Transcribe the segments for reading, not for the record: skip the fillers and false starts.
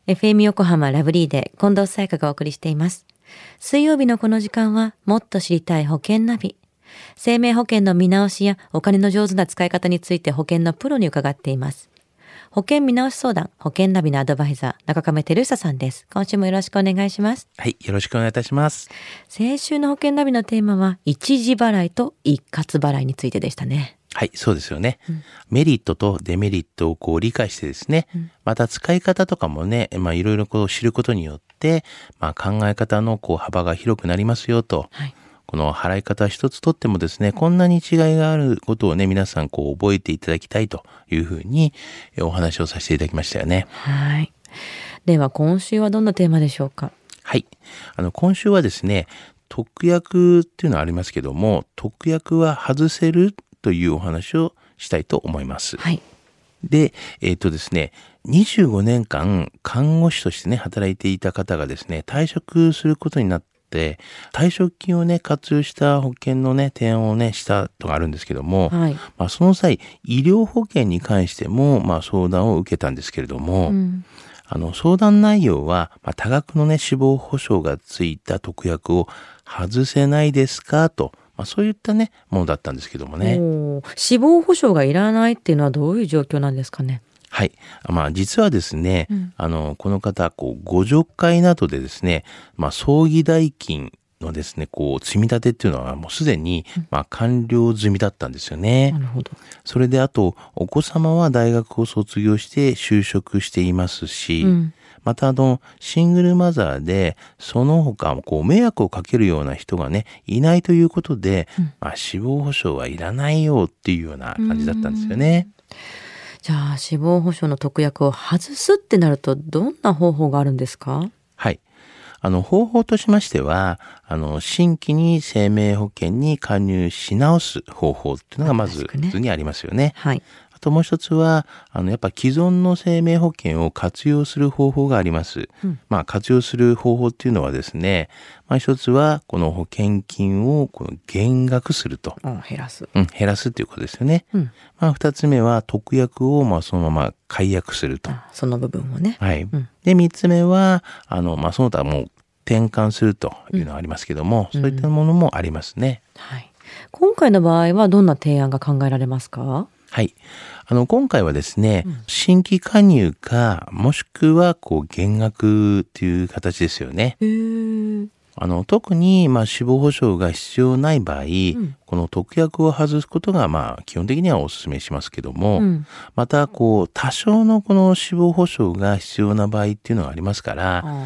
FM 横浜ラブリーで近藤沙耶香がお送りしています。水曜日のこの時間はもっと知りたい保険ナビ。生命保険の見直しやお金の上手な使い方について保険のプロに伺っています。保険見直し相談、保険ナビのアドバイザー、中亀照久さんです。今週もよろしくお願いします。 はい、よろしくお願いいたします。 先週の保険ナビのテーマは一時払いと一括払いについてでしたね。 はい、そうですよね。メリットとデメリットを理解してですね、また使い方とかもね、いろいろ知ることによって、考え方の幅が広くなりますよと。はい、この払い方一つとってもですね、こんなに違いがあることをね、皆さん覚えていただきたいというふうにお話をさせていただきましたよね。 はい。では今週はどんなテーマでしょうか？ はい。今週はですね、特約っていうのはありますけども、特約は外せるというお話をしたいと思います。 はい。 で、ですね、25年間看護師としてね、働いていた方がですね、退職することになって、退職金をね、活用した保険のね、提案をね、したとがあるんですけども、はい、その際、医療保険に関しても、相談を受けたんですけれども、相談内容は、多額のね、死亡保障がついた特約を外せないですかと、そういったね、ものだったんですけどもね。 死亡保障がいらないっていうのはどういう状況なんですかね？ はい。実はですね、この方、ご助会などでですね、葬儀代金のですね、積み立てっていうのはもうすでに、完了済みだったんですよね。 なるほど。 それで、あと、お子様は大学を卒業して就職していますし、またシングルマザーで、その他迷惑をかけるような人がね、いないということで、死亡保障はいらないよっていうような感じだったんですよね。 じゃあ、死亡保障の特約を外すってなると、どんな方法があるんですか？ はい。方法としましては、新規に生命保険に加入し直す方法っていうのがまず普通にありますよね。 はい。 あともう一つは、やっぱ既存の生命保険を活用する方法があります。活用する方法っていうのはですね、一つは、この保険金を減額すると。 減らす。 減らすっていうことですよね。二つ目は、特約をそのまま解約すると。 その部分をね。 はい。で、三つ目は、その他もう転換するというのがありますけども、そういったものもありますね。 はい。今回の場合はどんな提案が考えられますか？ はい。今回はですね、新規加入か、もしくは、減額っていう形ですよね。特に、死亡保障が必要ない場合、この特約を外すことが、基本的にはお勧めしますけども、また、多少のこの死亡保障が必要な場合っていうのがありますから、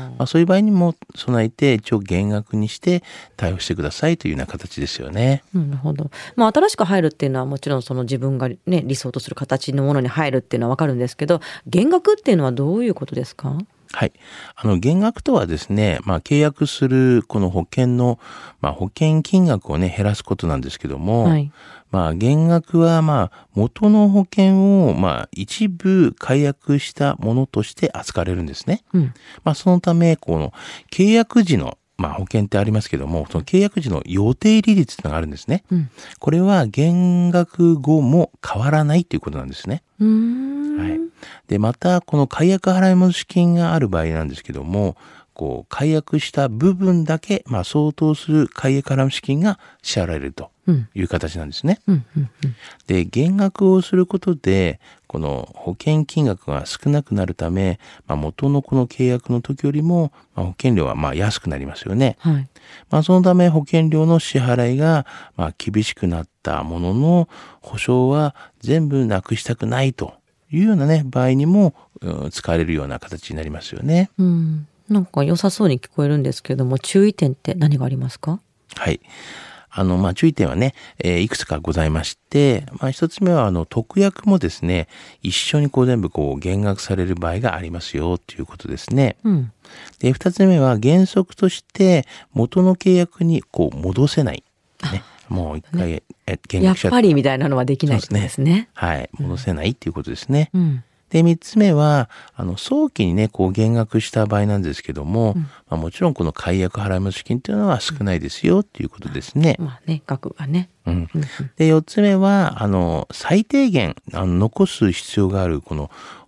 そういう場合にも備えて、一応減額にして対応してくださいというような形ですよね。 なるほど。新しく入るっていうのはもちろんその自分がね、理想とする形のものに入るっていうのはわかるんですけど、減額っていうのはどういうことですか？ はい。減額とはですね、契約するこの保険の、保険金額をね、減らすことなんですけども、はい、減額は元の保険を一部解約したものとして扱われるんですね。そのため、この契約時の保険ってありますけども、その契約時の予定利率ってのがあるんですね。これは減額後も変わらないということなんですね。はい。で、また、この解約払い戻し金がある場合なんですけども、解約した部分だけ、相当する解約払い戻し金が支払われるという形なんですね。で、減額をすることで、この保険金額が少なくなるため、元のこの契約の時よりも、保険料は安くなりますよね。はい。そのため保険料の支払いが、厳しくなったものの、保証は全部なくしたくないというようなね、場合にも、使われるような形になりますよね。 なんか良さそうに聞こえるんですけれども、注意点って何がありますか？ はい。注意点はね、いくつかございまして、一つ目は、特約もですね、一緒に全部減額される場合がありますよ、ということですね。で、二つ目は原則として元の契約に戻せない。ね。もう一回、 減額やっぱりみたいなのはできないですね。 はい。戻せないっていうことですね。で、三つ目は、早期にね、減額した場合なんですけども、もちろんこの解約払い戻し金っていうのは少ないですよっていうことですね。 額がね。 で、四つ目は、最低限、残す必要がある、この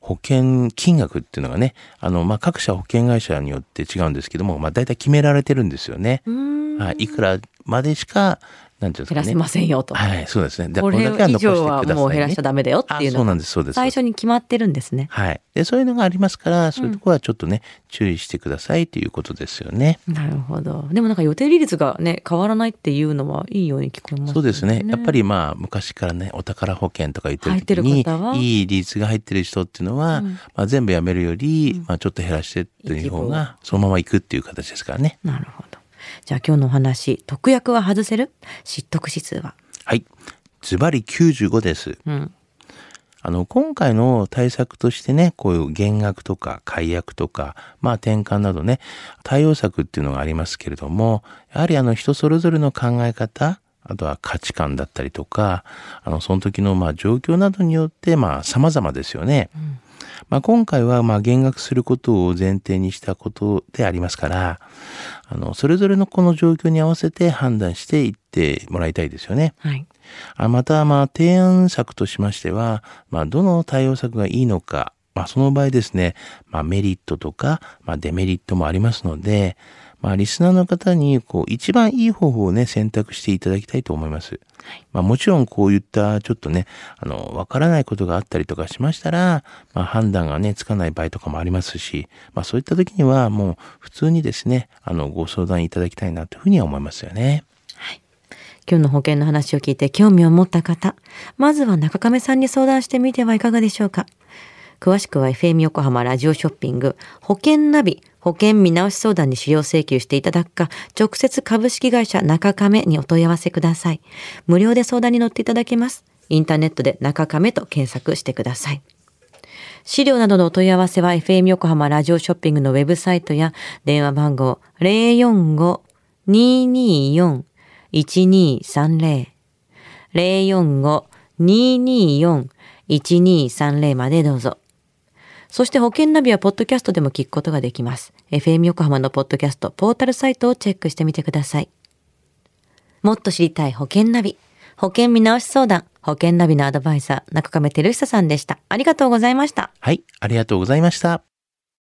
保険金額っていうのがね、各社保険会社によって違うんですけども、大体決められてるんですよね。はい。いくらまでしか、なんていうんですかね。 減らせませんよと。 はい、そうですね。 これ以上はもう減らしちゃダメだよっていうのが最初に決まってるんですね。 はい。で、そういうのがありますから、そういうところはちょっとね、注意してくださいということですよね。 なるほど。でもなんか予定利率がね、変わらないっていうのはいいように聞こえますね。 そうですね。やっぱり昔からね、お宝保険とか言ってる時に、いい利率が入ってる人っていうのは、全部やめるより、ちょっと減らしてっていう方が、そのまま行くっていう形ですからね。 なるほど。じゃあ今日のお話、特約は外せる？失得指数は？ はい。ズバリ95です。今回の対策としてね、こういう減額とか解約とか、転換などね、対応策っていうのがありますけれども、やはり人それぞれの考え方、あとは価値観だったりとか、その時の状況などによって様々ですよね。今回は減額することを前提にしたことでありますから、それぞれのこの状況に合わせて判断していってもらいたいですよね。 はい。 また、提案策としましては、どの対応策がいいのか、その場合ですね、メリットとか、デメリットもありますので、リスナーの方に、一番いい方法をね、選択していただきたいと思います。はい。もちろん、こういったちょっとね、わからないことがあったりとかしましたら、判断がね、つかない場合とかもありますし、そういった時には、もう、普通にですね、ご相談いただきたいなというふうには思いますよね。 はい。今日の保険の話を聞いて興味を持った方、まずは中亀さんに相談してみてはいかがでしょうか。詳しくは FM 横浜ラジオショッピング保険ナビ保険見直し相談に資料請求していただくか、直接株式会社中亀にお問い合わせください。無料で相談に乗っていただけます。インターネットで中亀と検索してください。資料などのお問い合わせは FM 横浜ラジオショッピングのウェブサイトや電話番号 045-224-1230 045-224-1230 までどうぞ。そして保険ナビはポッドキャストでも聞くことができます。FM 横浜のポッドキャストポータルサイトをチェックしてみてください。もっと知りたい保険ナビ、保険見直し相談、保険ナビのアドバイザー、中亀照久さんでした。ありがとうございました。 はい、ありがとうございました。